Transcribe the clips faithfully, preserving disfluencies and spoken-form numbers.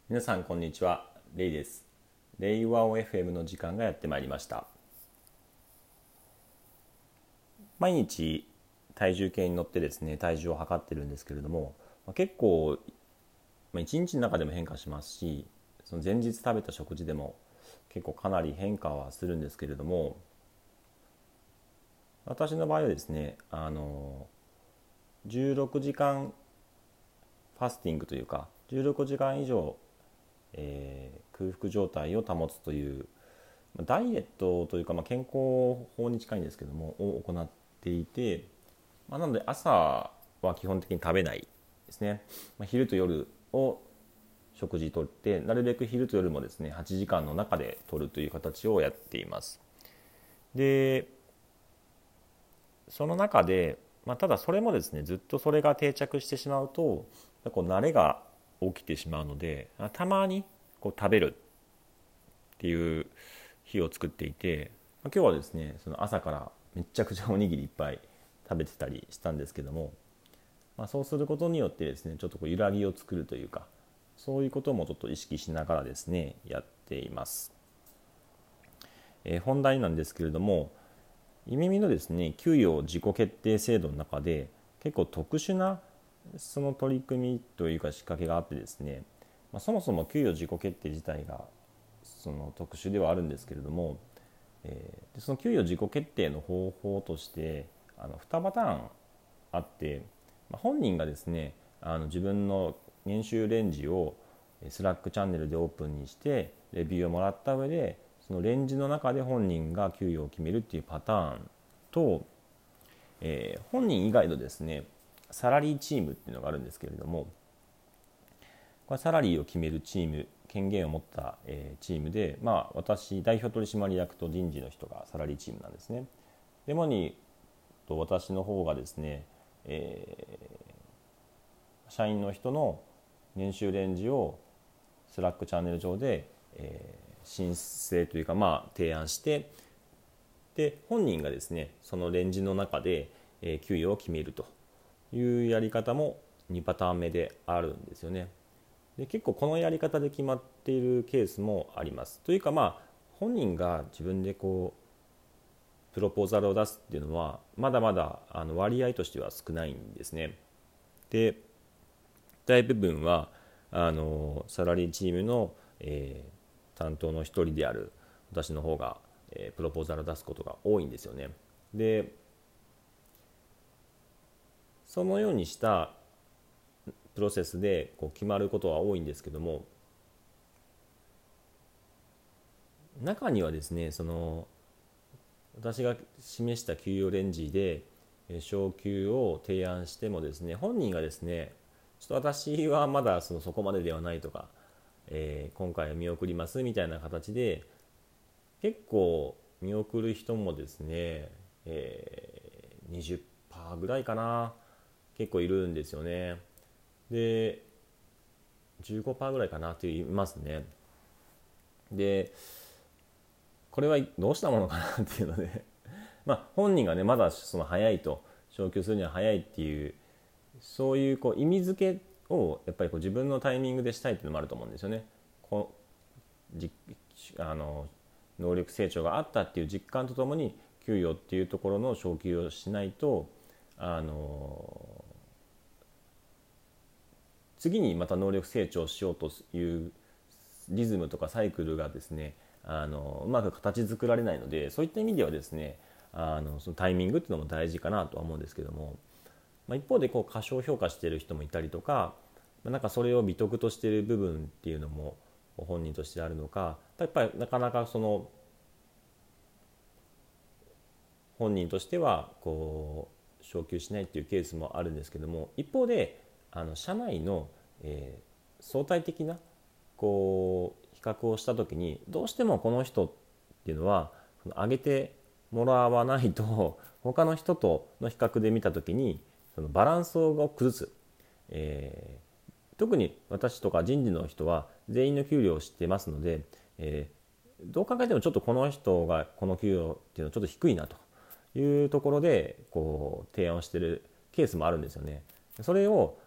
皆さんこんにちは、レイです。レイワオ エフエム の時間がやってまいりました。毎日体重計に乗ってですね、体重を測ってるんですけれども、結構一日の中でも変化しますし、その前日食べた食事でも結構かなり変化はするんですけれども、私の場合はですね、あのじゅうろくじかんファスティングというか、じゅうろくじかん以上、えー空腹状態を保つというダイエットというか、まあ、健康法に近いんですけどもを行っていて、まあ、なので朝は基本的に食べないですね、まあ、昼と夜を食事とってなるべく昼と夜もですねはちじかんの中で取るという形をやっています。でその中で、まあ、ただそれもですねずっとそれが定着してしまうとこう慣れが起きてしまうので、たまにこう食べるっていう日を作っていて、今日はですねその朝からめちゃくちゃおにぎりいっぱい食べてたりしたんですけども、まあ、そうすることによってですねちょっとこう揺らぎを作るというか、そういうこともちょっと意識しながらですねやっています。えー、本題なんですけれども、イミミのですね給与自己決定制度の中で結構特殊なその取り組みというか仕掛けがあってですね、まあ、そもそも給与自己決定自体がその特殊ではあるんですけれども、えー、でその給与自己決定の方法としてあのにパターンあって、まあ、本人がですねあの自分の年収レンジをスラックチャンネルでオープンにしてレビューをもらった上でそのレンジの中で本人が給与を決めるっていうパターンと、えー、本人以外のですねサラリーチームっていうのがあるんですけれども、これサラリーを決めるチーム、権限を持った、えーチームで、まあ、私代表取締役と人事の人がサラリーチームなんですね。デモにと私の方がですね、えー社員の人の年収レンジをスラックチャンネル上で、えー申請というか、まあ、提案して、で本人がですねそのレンジの中で、えー給与を決めるというやり方もにパターン目であるんですよね。で結構このやり方で決まっているケースもあります。というか、まあ本人が自分でこうプロポーザルを出すっていうのはまだまだあの割合としては少ないんですね。で大部分はあのサラリーチームの、えー担当の一人である私の方が、えープロポーザルを出すことが多いんですよね。でそのようにしたプロセスでこう決まることは多いんですけども、中にはですねその私が示した給与レンジで昇給を提案してもですね本人がですねちょっと私はまだそのそこまでではないとか、えー今回は見送りますみたいな形で結構見送る人もですね、えー、にじゅっパーセントぐらいかな、結構いるんですよね。でじゅうごパーセントぐらいかなって言いますね。でこれはどうしたものかなっていうのでまあ本人がねまだその早いと、昇給するには早いっていうそういうこう意味付けをやっぱりこう自分のタイミングでしたいっていうのもあると思うんですよね。こうじあの能力成長があったっていう実感とともに給与っていうところの昇給をしないと、あの次にまた能力成長しようというリズムとかサイクルがですねあのうまく形作られないので、そういった意味ではですねあのそのタイミングっていうのも大事かなとは思うんですけども、まあ、一方でこう過小評価している人もいたりとか、なんかそれを美徳としている部分っていうのも本人としてあるのか、やっぱりなかなかその本人としてはこう昇給しないっていうケースもあるんですけども、一方であの社内の、えー相対的なこう比較をした時にどうしてもこの人っていうのは上げてもらわないと他の人との比較で見た時にそのバランスを崩す、えー特に私とか人事の人は全員の給料を知ってますので、えーどう考えてもちょっとこの人がこの給与っていうのはちょっと低いなというところでこう提案をしているケースもあるんですよね。それを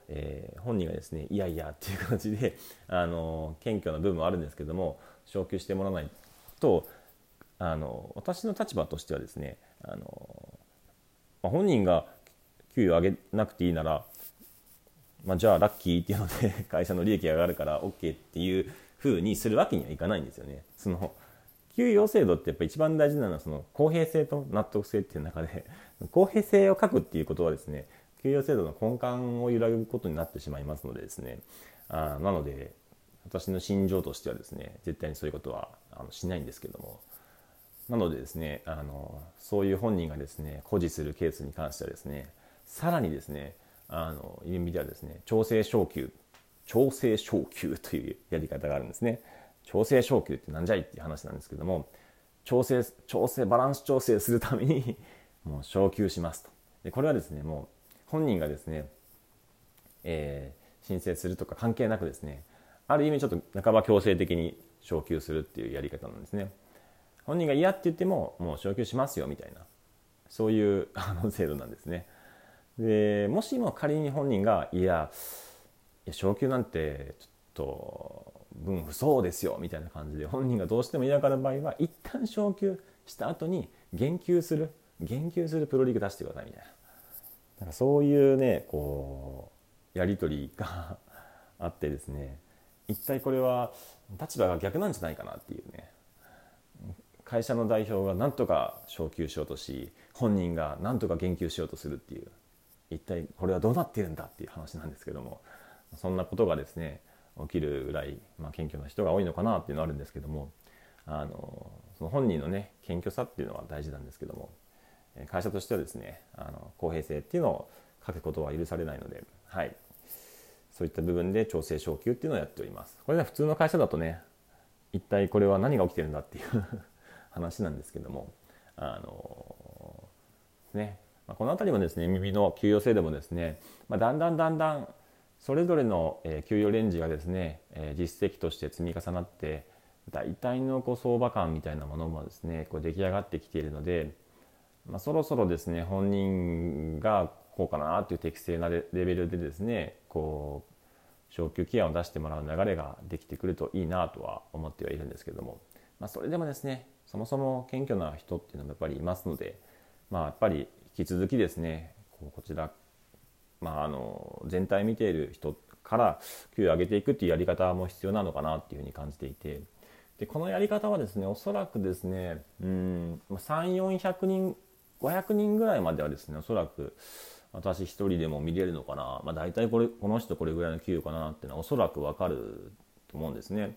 えー、本人がですねいやいやっていう形であの謙虚な部分もあるんですけども昇給してもらわないとあの私の立場としてはですねあの、まあ、本人が給与上げなくていいなら、まあ、じゃあラッキーっていうので会社の利益が上がるから OK っていう風にするわけにはいかないんですよね。その給与制度ってやっぱ一番大事なのはその公平性と納得性っていう中で公平性を欠くっていうことはですね給与制度の根幹を揺らぐことになってしまいますのでですねあなので私の心情としてはですね絶対にそういうことはあのしないんですけどもなのでですねあのそういう本人がですね誇示するケースに関してはですねさらにですねあのいう意味ではですね調整昇給調整昇給というやり方があるんですね。調整昇給ってなんじゃいっていう話なんですけども調整調整バランス調整するためにもう昇給しますと。でこれはですねもう本人がですね、えー、申請するとか関係なくですねある意味ちょっと半ば強制的に昇給するっていうやり方なんですね。本人が嫌って言ってももう昇給しますよみたいなそういうあの制度なんですね。でもしも仮に本人がいや昇給なんてちょっと分不相応ですよみたいな感じで本人がどうしても嫌がる場合は一旦昇給した後に言及する言及するプロリーグ出してくださいみたいな、なんかそういうねこうやり取りがあってですね一体これは立場が逆なんじゃないかなっていうね会社の代表が何とか昇給しようとし本人が何とか言及しようとするっていう一体これはどうなっているんだっていう話なんですけどもそんなことがですね起きるぐらい、まあ、謙虚な人が多いのかなっていうのはあるんですけどもあのその本人のね謙虚さっていうのは大事なんですけども会社としてはですねあの公平性っていうのを欠くことは許されないので、はい、そういった部分で調整昇給っていうのをやっております。これは普通の会社だとね一体これは何が起きてるんだっていう話なんですけどもあのねこのあたりもですね耳の給与制でもですね、まあ、だんだんだんだんそれぞれの給与レンジがですね実績として積み重なって大体のこう相場感みたいなものもですねこう出来上がってきているので、まあ、そろそろですね本人がこうかなという適正なレベルでですねこう昇給規案を出してもらう流れができてくるといいなとは思ってはいるんですけども、まあ、それでもですねそもそも謙虚な人っていうのもやっぱりいますので、まあ、やっぱり引き続きですねこうこちらまあ、あの全体見ている人から給与を上げていくっていうやり方も必要なのかなっていうふうに感じていてでこのやり方はですねおそらくですねうんさんびゃくよんひゃくにんごひゃくにんぐらいまではですねおそらく私一人でも見れるのかな、まあ、大体これこの人これぐらいの給与かなっていうのはおそらく分かると思うんですね。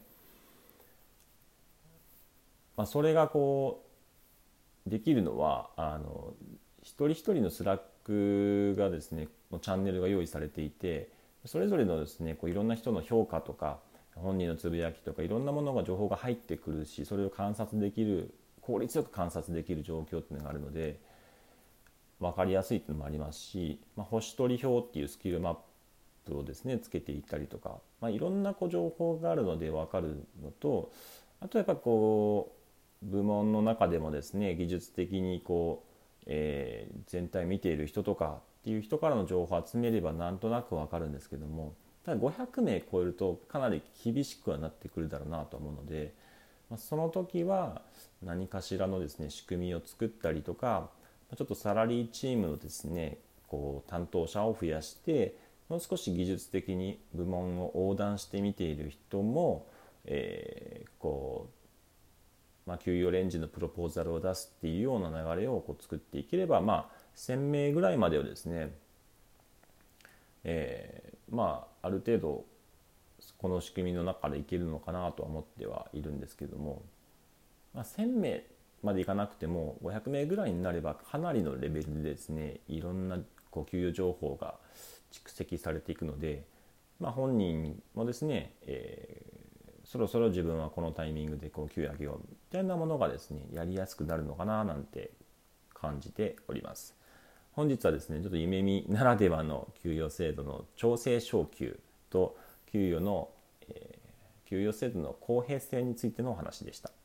まあ、それがこうできるのはあの一人一人のスラックがですねチャンネルが用意されていてそれぞれのですねこういろんな人の評価とか本人のつぶやきとかいろんなものが情報が入ってくるしそれを観察できる効率よく観察できる状況っていうのがあるので分かりやすいっていうのもありますし、まあ、星取り表っていうスキルマップをですねつけていったりとか、まあ、いろんなこう情報があるので分かるのとあとやっぱこう部門の中でもですね技術的にこうえー、全体見ている人とかっていう人からの情報を集めればなんとなく分かるんですけどもただごひゃくめい超えるとかなり厳しくはなってくるだろうなと思うので、まあ、その時は何かしらのですね仕組みを作ったりとかちょっとサラリーチームのですねこう担当者を増やしてもう少し技術的に部門を横断して見ている人も、えー、こうまあ、給与レンジのプロポーザルを出すっていうような流れをこう作っていければ、まあ、せんめいぐらいまではですね、えー、まあある程度この仕組みの中でいけるのかなとは思ってはいるんですけども、まあ、せんめいまでいかなくてもごひゃくめいぐらいになればかなりのレベルでですねいろんなこう給与情報が蓄積されていくので、まあ、本人もですね、えーそろそろ自分はこのタイミングでこう給与上げようみたいなものがですねやりやすくなるのかななんて感じております。本日はですねちょっと夢見ならではの給与制度の調整昇給と給与の、えー、給与制度の公平性についてのお話でした。